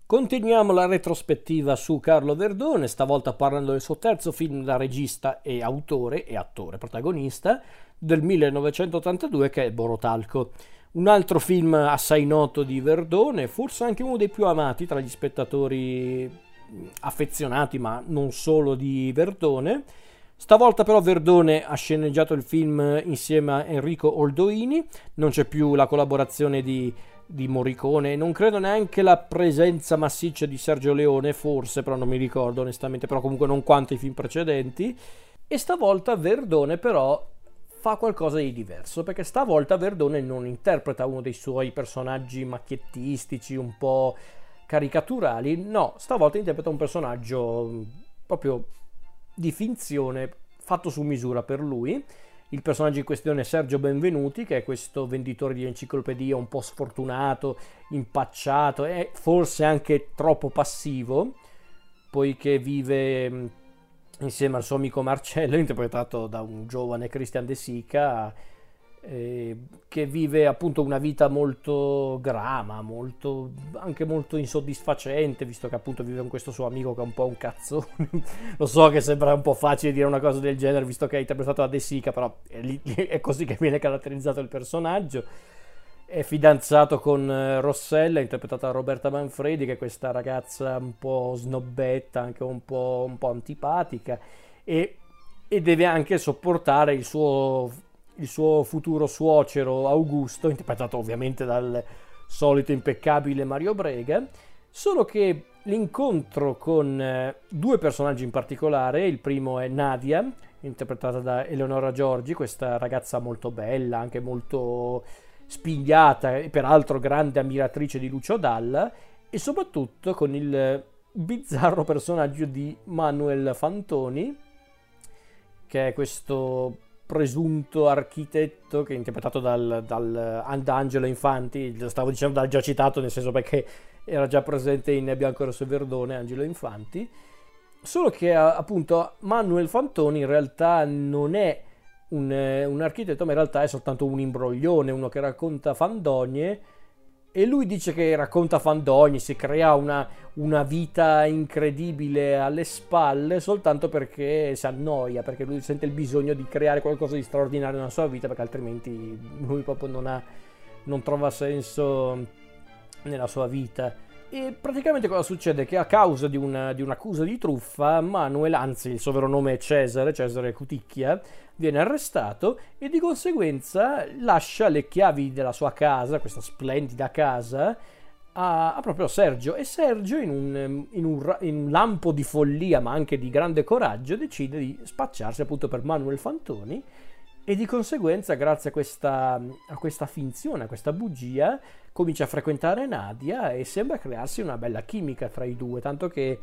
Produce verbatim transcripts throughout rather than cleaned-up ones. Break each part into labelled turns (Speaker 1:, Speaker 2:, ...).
Speaker 1: Continuiamo la retrospettiva su Carlo Verdone, stavolta parlando del suo terzo film da regista e autore e attore protagonista del millenovecentottantadue, che è Borotalco. Un altro film assai noto di Verdone, forse anche uno dei più amati tra gli spettatori affezionati, ma non solo di Verdone. Stavolta però Verdone ha sceneggiato il film insieme a Enrico Oldoini, non c'è più la collaborazione di di Morricone, non credo neanche la presenza massiccia di Sergio Leone, forse, però non mi ricordo onestamente, però comunque non quanto i film precedenti. E stavolta Verdone però fa qualcosa di diverso, perché stavolta Verdone non interpreta uno dei suoi personaggi macchiettistici, un po' caricaturali, no, stavolta interpreta un personaggio proprio di finzione, fatto su misura per lui. Il personaggio in questione è Sergio Benvenuti, che è questo venditore di enciclopedia un po' sfortunato, impacciato e forse anche troppo passivo, poiché vive insieme al suo amico Marcello, interpretato da un giovane Christian De Sica, eh, che vive appunto una vita molto grama, molto, anche molto insoddisfacente, visto che appunto vive con questo suo amico che è un po' un cazzone. Lo so che sembra un po' facile dire una cosa del genere, visto che è interpretato da De Sica, però è, lì, è così che viene caratterizzato il personaggio. È fidanzato con Rossella, interpretata da Roberta Manfredi, che è questa ragazza un po' snobbetta, anche un po', un po' antipatica, e, e deve anche sopportare il suo il suo futuro suocero Augusto, interpretato ovviamente dal solito impeccabile Mario Brega, solo che l'incontro con eh, due personaggi in particolare, il primo è Nadia, interpretata da Eleonora Giorgi, questa ragazza molto bella, anche molto spigliata e peraltro grande ammiratrice di Lucio Dalla, e soprattutto con il bizzarro personaggio di Manuel Fantoni, che è questo presunto architetto che è interpretato dal, dal Angelo Infanti, lo stavo dicendo dal già citato, nel senso perché era già presente in Bianco, Rosso e Verdone, Angelo Infanti, solo che appunto Manuel Fantoni in realtà non è un, un architetto, ma in realtà è soltanto un imbroglione, uno che racconta fandonie, e lui dice che racconta fandonie, si crea una, una vita incredibile alle spalle soltanto perché si annoia, perché lui sente il bisogno di creare qualcosa di straordinario nella sua vita, perché altrimenti lui proprio non ha, non trova senso nella sua vita. E praticamente cosa succede? Che a causa di, una, di un'accusa di truffa, Manuel, anzi il suo vero nome è Cesare, Cesare Cuticchia, viene arrestato e di conseguenza lascia le chiavi della sua casa, questa splendida casa, a, a proprio Sergio. E Sergio, in un, in, un, in un lampo di follia ma anche di grande coraggio, decide di spacciarsi appunto per Manuel Fantoni, e di conseguenza, grazie a questa, a questa finzione, a questa bugia, comincia a frequentare Nadia e sembra crearsi una bella chimica tra i due, tanto che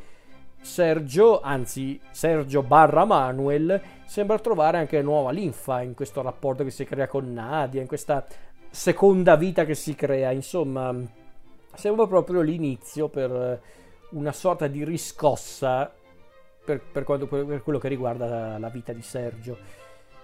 Speaker 1: Sergio, anzi Sergio barra Manuel, sembra trovare anche nuova linfa in questo rapporto che si crea con Nadia, in questa seconda vita che si crea. Insomma, sembra proprio l'inizio per una sorta di riscossa per, per, quanto, per quello che riguarda la, la vita di Sergio.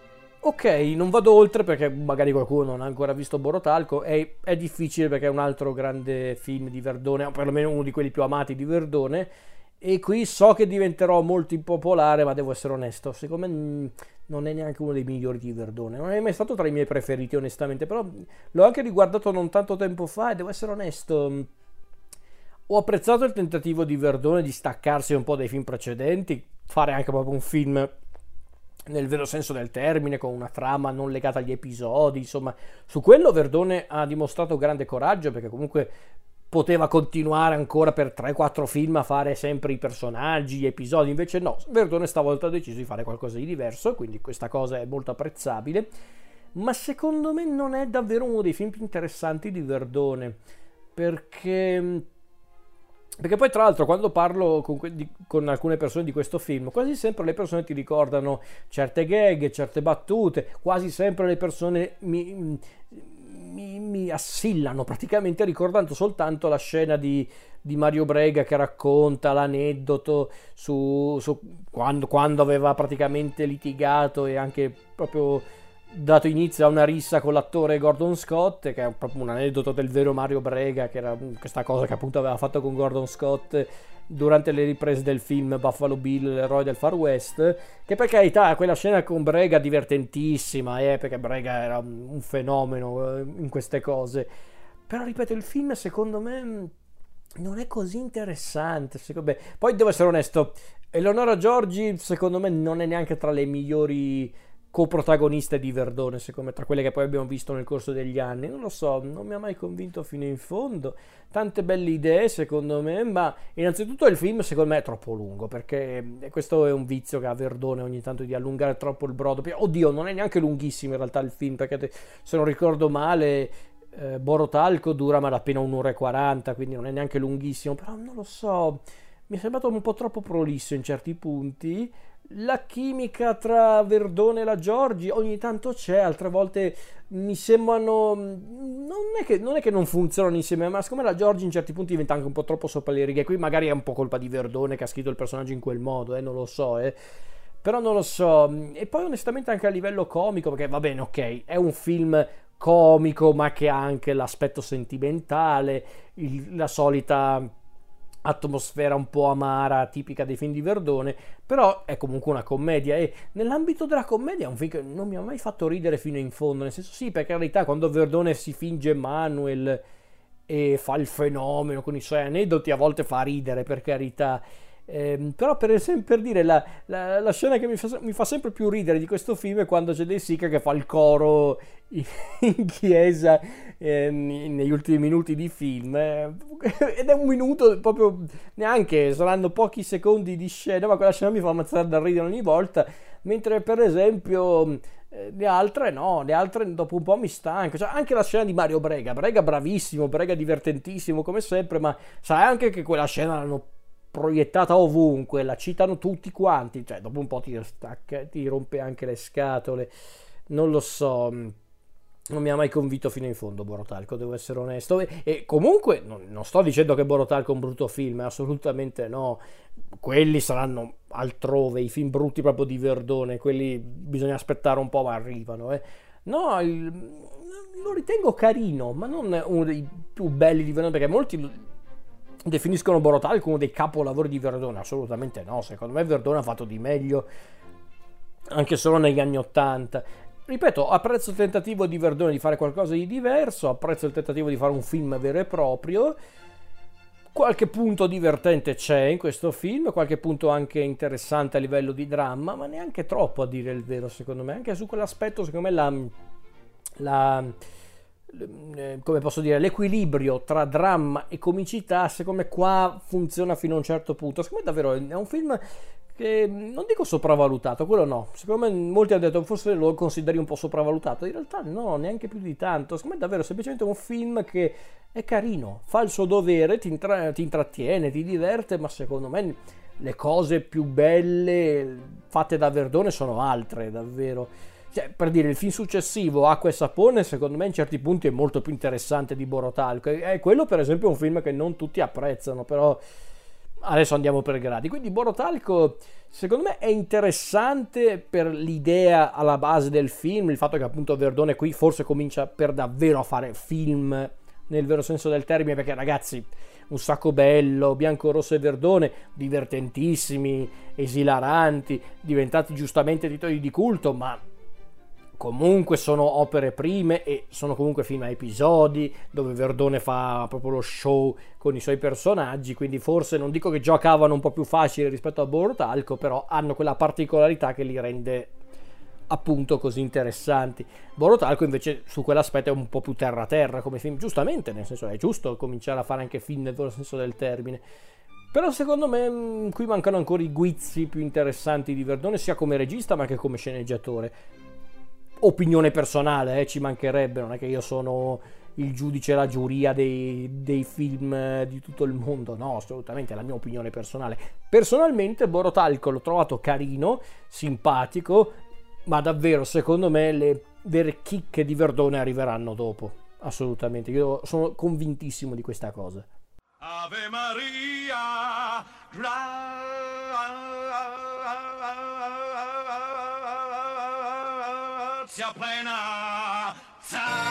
Speaker 1: Ok, non vado oltre perché magari qualcuno non ha ancora visto Borotalco, è, è difficile perché è un altro grande film di Verdone, o perlomeno uno di quelli più amati di Verdone, e qui so che diventerò molto impopolare, ma devo essere onesto, secondo me non è neanche uno dei migliori di Verdone, non è mai stato tra i miei preferiti onestamente, però l'ho anche riguardato non tanto tempo fa e devo essere onesto, ho apprezzato il tentativo di Verdone di staccarsi un po' dai film precedenti, fare anche proprio un film nel vero senso del termine, con una trama non legata agli episodi, insomma, su quello Verdone ha dimostrato grande coraggio, perché comunque poteva continuare ancora per tre quattro film a fare sempre i personaggi, gli episodi, invece no, Verdone stavolta ha deciso di fare qualcosa di diverso, quindi questa cosa è molto apprezzabile, ma secondo me non è davvero uno dei film più interessanti di Verdone, perché... Perché poi tra l'altro quando parlo con, di, con alcune persone di questo film, quasi sempre le persone ti ricordano certe gag, certe battute, quasi sempre le persone mi, mi, mi assillano praticamente ricordando soltanto la scena di, di Mario Brega che racconta l'aneddoto su, su quando, quando aveva praticamente litigato e anche proprio dato inizio a una rissa con l'attore Gordon Scott, che è proprio un aneddoto del vero Mario Brega, che era questa cosa che appunto aveva fatto con Gordon Scott durante le riprese del film Buffalo Bill, l'eroe del Far West, che per carità quella scena con Brega divertentissima, eh, perché Brega era un fenomeno eh, in queste cose, però ripeto, il film secondo me non è così interessante, secondo me. Poi devo essere onesto, Eleonora Giorgi secondo me non è neanche tra le migliori coprotagoniste di Verdone, secondo me, tra quelle che poi abbiamo visto nel corso degli anni. Non lo so, non mi ha mai convinto fino in fondo. Tante belle idee secondo me, ma innanzitutto il film secondo me è troppo lungo, perché questo è un vizio che ha Verdone ogni tanto, di allungare troppo il brodo. Oddio, non è neanche lunghissimo in realtà il film, perché se non ricordo male eh, Borotalco dura malapena un'ora e quaranta, quindi non è neanche lunghissimo, però non lo so, mi è sembrato un po' troppo prolisso in certi punti. La chimica tra Verdone e la Giorgi ogni tanto c'è, altre volte mi sembrano, non è che non, è che non funzionano insieme, ma secondo me la Giorgi in certi punti diventa anche un po' troppo sopra le righe. Qui magari è un po' colpa di Verdone che ha scritto il personaggio in quel modo, eh, non lo so, eh. Però non lo so. E poi onestamente anche a livello comico, perché va bene, ok, è un film comico ma che ha anche l'aspetto sentimentale, il- la solita atmosfera un po' amara, tipica dei film di Verdone, però è comunque una commedia, e nell'ambito della commedia è un film che non mi ha mai fatto ridere fino in fondo, nel senso, sì, per carità, quando Verdone si finge Manuel e fa il fenomeno con i suoi aneddoti, a volte fa ridere, per carità. Ehm, però per esempio, per dire, la, la- la scena che mi fa, mi fa sempre più ridere di questo film è quando c'è De Sica che fa il coro in, in chiesa, ehm, negli ultimi minuti di film, eh, ed è un minuto proprio, neanche, saranno pochi secondi di scena, ma quella scena mi fa ammazzare da ridere ogni volta, mentre per esempio eh, le altre no, le altre dopo un po' mi stanco. Cioè, anche la scena di Mario Brega, Brega bravissimo, Brega divertentissimo come sempre, ma sai anche che quella scena l'hanno proiettata ovunque, la citano tutti quanti, cioè dopo un po' ti stacca, ti rompe anche le scatole, non lo so, non mi ha mai convinto fino in fondo Borotalco, devo essere onesto, e, e comunque non, non sto dicendo che Borotalco è un brutto film, assolutamente no, quelli saranno altrove, i film brutti proprio di Verdone, quelli bisogna aspettare un po', ma arrivano, eh. No, il- lo ritengo carino, ma non uno dei più belli di Verdone, perché molti definiscono Borotalco come uno dei capolavori di Verdone, assolutamente no, secondo me Verdone ha fatto di meglio anche solo negli anni ottanta. Ripeto, apprezzo il tentativo di Verdone di fare qualcosa di diverso, apprezzo il tentativo di fare un film vero e proprio, qualche punto divertente c'è in questo film, qualche punto anche interessante a livello di dramma, ma neanche troppo, a dire il vero, secondo me. Anche su quell'aspetto, secondo me, la, la eh, come posso dire, l'equilibrio tra dramma e comicità, secondo me qua funziona fino a un certo punto. Secondo me davvero è un film che non dico sopravvalutato, quello no. Secondo me molti hanno detto forse lo consideri un po' sopravvalutato. In realtà no, neanche più di tanto. Secondo me è davvero semplicemente un film che è carino, fa il suo dovere, ti, intra- ti intrattiene, ti diverte, ma secondo me le cose più belle fatte da Verdone sono altre, davvero. Cioè, per dire, il film successivo, Acqua e Sapone, secondo me in certi punti è molto più interessante di Borotalco. E quello, per esempio, è un film che non tutti apprezzano, però adesso andiamo per gradi. Quindi Borotalco, secondo me, è interessante per l'idea alla base del film, il fatto che appunto Verdone qui forse comincia per davvero a fare film nel vero senso del termine, perché ragazzi, Un sacco bello, Bianco, Rosso e Verdone, divertentissimi, esilaranti, diventati giustamente titoli di culto, ma comunque sono opere prime e sono comunque film a episodi dove Verdone fa proprio lo show con i suoi personaggi, quindi forse non dico che giocavano un po' più facile rispetto a Borotalco, però hanno quella particolarità che li rende appunto così interessanti. Borotalco invece su quell'aspetto è un po' più terra terra come film, giustamente, nel senso è giusto cominciare a fare anche film nel vero senso del termine. Però secondo me mh, qui mancano ancora i guizzi più interessanti di Verdone, sia come regista ma anche come sceneggiatore. Opinione personale, eh, ci mancherebbe, non è che io sono il giudice, la giuria dei, dei film eh, di tutto il mondo, no, assolutamente, è la mia opinione personale. Personalmente Borotalco l'ho trovato carino, simpatico, ma davvero secondo me le vere chicche di Verdone arriveranno dopo, assolutamente, io sono convintissimo di questa cosa. Ave Maria,
Speaker 2: grazia plena. Zara